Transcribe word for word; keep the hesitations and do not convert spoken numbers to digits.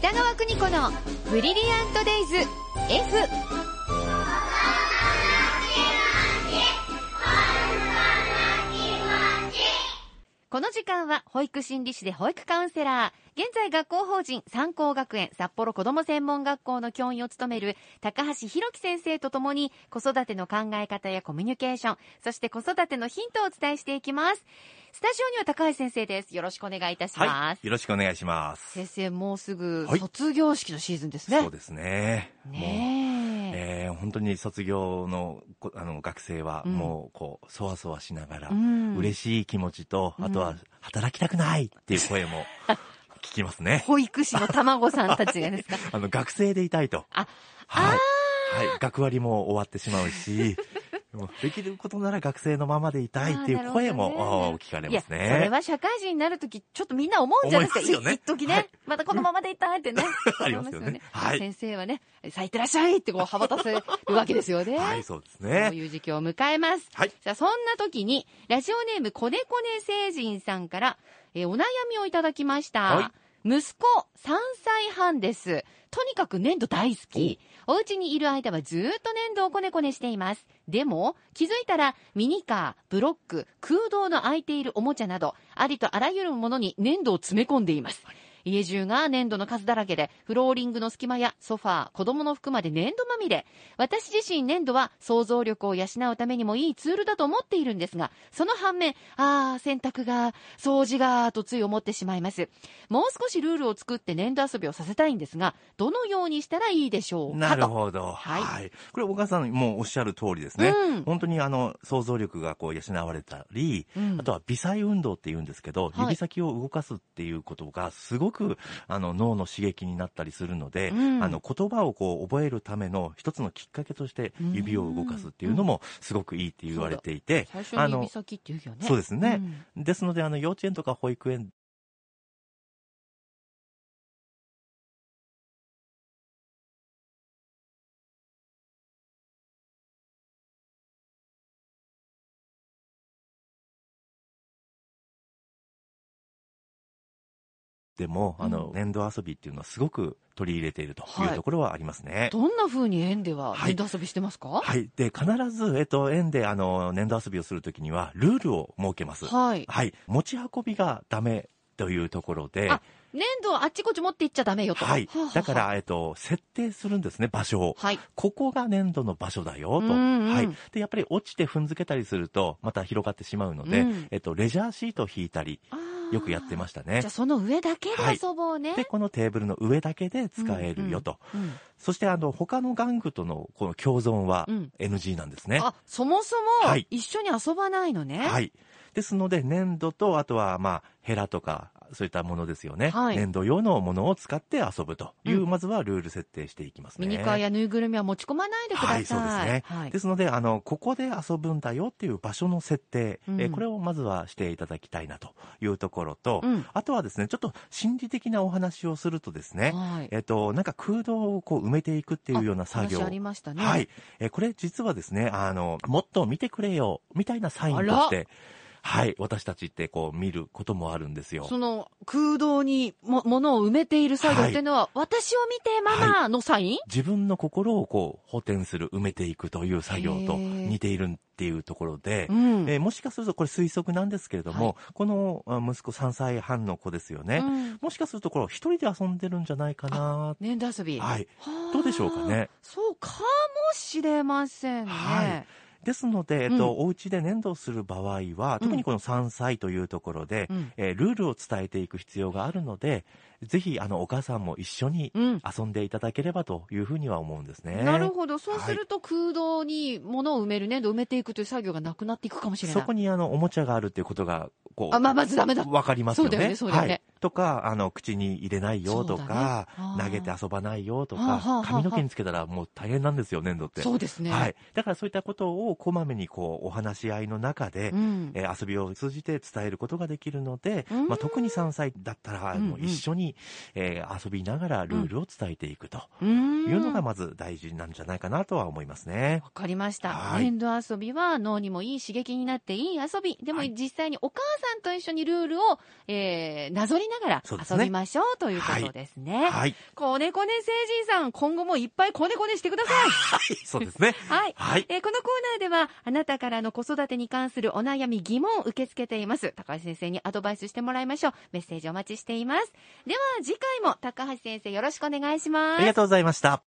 北川邦子のブリリアントデイズ F。 この時間は保育心理士で保育カウンセラー、現在学校法人三高学園札幌子ども専門学校の教員を務める高橋弘樹先生とともに、子育ての考え方やコミュニケーション、そして子育てのヒントをお伝えしていきます。スタジオには高橋先生です。よろしくお願いいたします。 はい、よろしくお願いします。 先生、もうすぐ卒業式のシーズンですね。 はい、そうですね。 ねえ、えー、本当に卒業のあの学生はもうこう、うん、そわそわしながら、うん、嬉しい気持ちと、あとは働きたくないっていう声も聞きますね。 保育士の卵さんたちがですか。 あの学生でいたいと。 あ、 はい、 あはい、学割も終わってしまうし。できることなら学生のままでいたいっていう声も聞かれますね。 いや、それは社会人になるときちょっとみんな思うんじゃないですか。 ね、 一時ね、はい、またこのままでいたいってね。 ありますよね。 はい、先生はね、さあいってらっしゃいってこう羽ばたせるわけですよね。 はい、そうですね。 そういう時期を迎えます。 はい。 さあそんな時にラジオネームこねこね星人さんから、えー、お悩みをいただきました。はい、息子さんさいはんです。とにかく粘土大好き。お家にいる間はずーっと粘土をこねこねしています。でも気づいたらミニカー、ブロック、空洞の空いているおもちゃなどありとあらゆるものに粘土を詰め込んでいます。家中が粘土の数だらけで、フローリングの隙間やソファー、子供の服まで粘土まみれ。私自身粘土は想像力を養うためにもいいツールだと思っているんですが、その反面、あー、洗濯が、掃除が、とつい思ってしまいます。もう少しルールを作って粘土遊びをさせたいんですが、どのようにしたらいいでしょうか。 なるほど。 はい。 はい、これ、お母さんもおっしゃる通りですね。うん、本当にあの、想像力がこう養われたり、うん、あとは微細運動って言うんですけど、はい、指先を動かすっていうことがすごくあの脳の刺激になったりするので、うん、あの言葉をこう覚えるための一つのきっかけとして指を動かすっていうのもすごくいいって言われていて、 最初に指先って言うよね。 そうですね。うん、ですのであの幼稚園とか保育園でも、あの、うん、粘土遊びっていうのはすごく取り入れているというところはありますね。はい、 どんな風に園では粘土遊びしてますか？ はい。はい、で、必ず、えっと、園で、あの、粘土遊びをするときには、ルールを設けます。 はい。 はい。持ち運びがダメというところで。 あ、粘土をあっちこっち持っていっちゃダメよと。 はい。だから、えっと、設定するんですね、場所を。はい。ここが粘土の場所だよ、と。うんうん、はい。で、やっぱり落ちて踏んづけたりすると、また広がってしまうので、うん、えっと、レジャーシートを引いたり、よくやってましたね。 じゃあその上だけで遊ぼうね。 はい、で、このテーブルの上だけで使えるよと。うんうんうん、そして、あの、他の玩具とのこの共存は エヌジー なんですね。 うん、あ、そもそも一緒に遊ばないのね。 はい。はい、ですので、粘土と、あとは、まあ、ヘラとか、そういったものですよね。はい、粘土用のものを使って遊ぶという、うん、まずはルール設定していきますね。 ミニカーやぬいぐるみは持ち込まないでください。 はい、そうですね。はい、ですので、あの、ここで遊ぶんだよっていう場所の設定、うん、えこれをまずはしていただきたいなというところと、うん、あとはですね、ちょっと心理的なお話をするとですね、はい、えっと、なんか空洞をこう埋めていくっていうような作業。 話ありましたね。 はい。えこれ実はですね、あの、もっと見てくれよ、みたいなサインとして、はい。私たちってこう見ることもあるんですよ。 その空洞にも、ものを埋めている作業っていうのは、はい、私を見てママのサイン、はい、 自分の心をこう補填する、埋めていくという作業と似ているっていうところで、うん、えー、もしかするとこれ推測なんですけれども、はい、この息子さんさいはんの子ですよね。うん、もしかするとこれ一人で遊んでるんじゃないかな。 粘土遊び。 はい。どうでしょうかね。 そうかもしれませんね。はい。 ですので、えっと、うん、お家で粘土をする場合は、特にこのさんさいというところで、うん、えー、ルールを伝えていく必要があるので、ぜひ、あの、お母さんも一緒に遊んでいただければというふうには思うんですね。 うん、なるほど。そうすると、空洞に物を埋める、粘土を埋めていくという作業がなくなっていくかもしれない。 そこに、あの、おもちゃがあるっていうことが、こう、 あ、まあ、まずダメだ。 わかりますよね。 そうだよね、そうだよね。はい。 とか、あの、口に入れないよとか、ね、投げて遊ばないよとか、髪の毛につけたらもう大変なんですよ、粘土って。 そうですね。 はい。だからそういったことをこまめにこう、お話し合いの中で、うん、えー、遊びを通じて伝えることができるので、まあ、特にさんさいだったら、もう一緒に、えー、遊びながらルールを伝えていくというのがまず大事なんじゃないかなとは思いますね。 わかりました。粘土遊びは脳にもいい刺激になっていい遊び。でも実際にお母さんと一緒にルールを、えー、なぞりながら遊びましょうということですね。 はい。 こねこね星人さん、今後もいっぱいこねこねしてください。 はい、そうですね。 はい。 はい。 えー、このコーナーでは、あなたからの子育てに関するお悩み、疑問を受け付けています。高橋先生にアドバイスしてもらいましょう。メッセージお待ちしています。では、次回も高橋先生よろしくお願いします。 ありがとうございました。